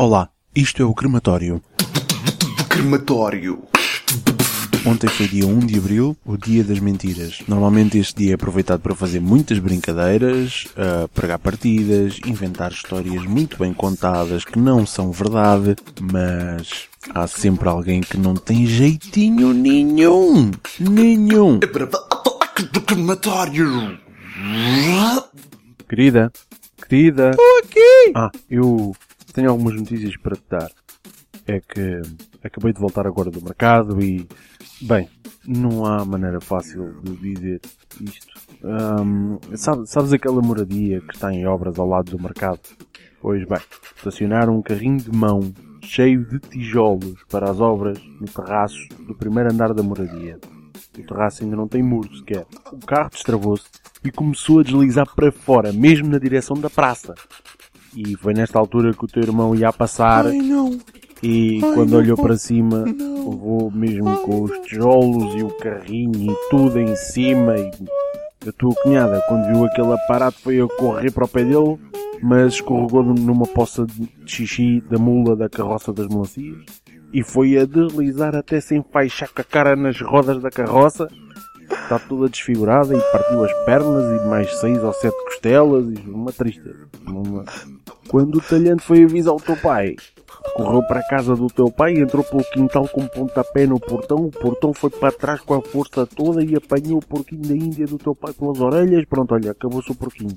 Olá, isto é o crematório. Crematório. Ontem foi dia 1 de Abril, o dia das mentiras. Normalmente este dia é aproveitado para fazer muitas brincadeiras, pregar partidas, inventar histórias muito bem contadas que não são verdade, mas há sempre alguém que não tem jeitinho nenhum. É para do crematório. Querida. Estou aqui. Eu tenho algumas notícias para te dar. É que acabei de voltar agora do mercado e, bem, não há maneira fácil de dizer isto. Sabes aquela moradia que está em obras ao lado do mercado? Pois bem, estacionaram um carrinho de mão cheio de tijolos para as obras no terraço do primeiro andar da moradia. O terraço ainda não tem muro sequer. O carro destravou-se e começou a deslizar para fora, mesmo na direção da praça. E foi nesta altura que o teu irmão ia a passar. Ai, não. E quando olhou para cima, levou mesmo com os tijolos e o carrinho e tudo em cima. E a tua cunhada, quando viu aquele aparato, foi a correr para o pé dele, mas escorregou numa poça de xixi da mula da carroça das melancias e foi a deslizar até se enfaixar com a cara nas rodas da carroça. Está toda desfigurada e partiu as pernas e mais 6 ou 7 costelas e uma tristeza. Quando o talhante foi avisar o teu pai, correu para a casa do teu pai, entrou pelo quintal com um pontapé no portão, o portão foi para trás com a força toda e apanhou o porquinho da Índia do teu pai pelas orelhas. Pronto, olha, acabou-se o porquinho.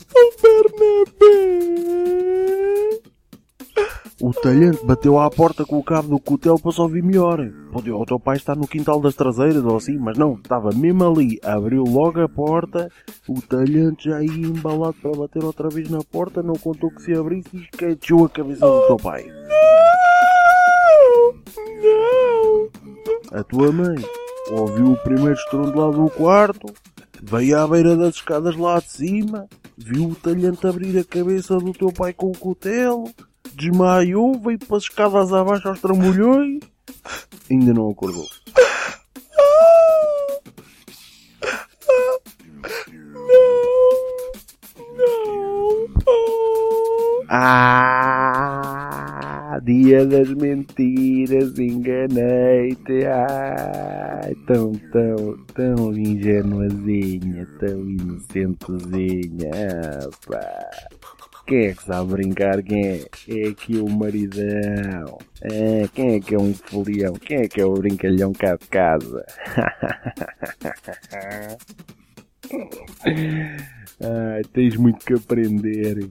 O talhante bateu à porta com o cabo do cutelo para só ouvir melhor. Podia o teu pai estar no quintal das traseiras ou assim, mas não, estava mesmo ali. Abriu logo a porta, o talhante já ia embalado para bater outra vez na porta, não contou que se abrisse e esquechou a cabeça do teu pai. A tua mãe ouviu o primeiro estrondo lá do quarto, veio à beira das escadas lá de cima, viu o talhante abrir a cabeça do teu pai com o cutelo, desmaiou, veio para as escadas abaixo aos trambolhões, ainda não acordou. Dia das mentiras, enganei-te. Tão ingenuazinha, tão inocentezinha. Quem é que sabe brincar? Quem é? É aqui o maridão. Quem é que é um folião? Quem é que é o brincalhão cá de casa? Tens muito que aprender.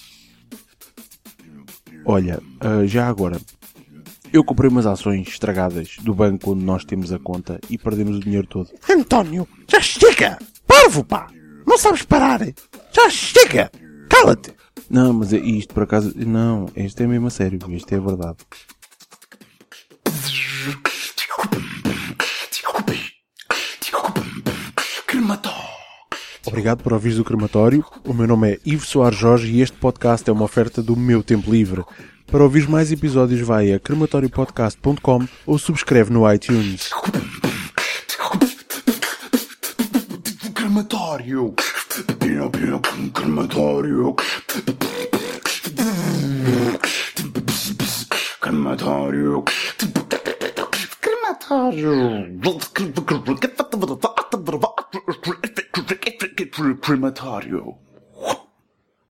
Olha, já agora, eu comprei umas ações estragadas do banco onde nós temos a conta e perdemos o dinheiro todo. António, já chega! Parvo, pá! Não sabes parar! Já chega! Cala-te! Não, mas isto por acaso... Não, isto é mesmo a sério, isto é verdade. Crematório. Obrigado por ouvires o Crematório. O meu nome é Ivo Soares Jorge e este podcast é uma oferta do meu tempo livre. Para ouvir mais episódios vai a crematoriopodcast.com ou subscreve no iTunes. Crematório. Crematório. Crematório. Crematório. Crematório.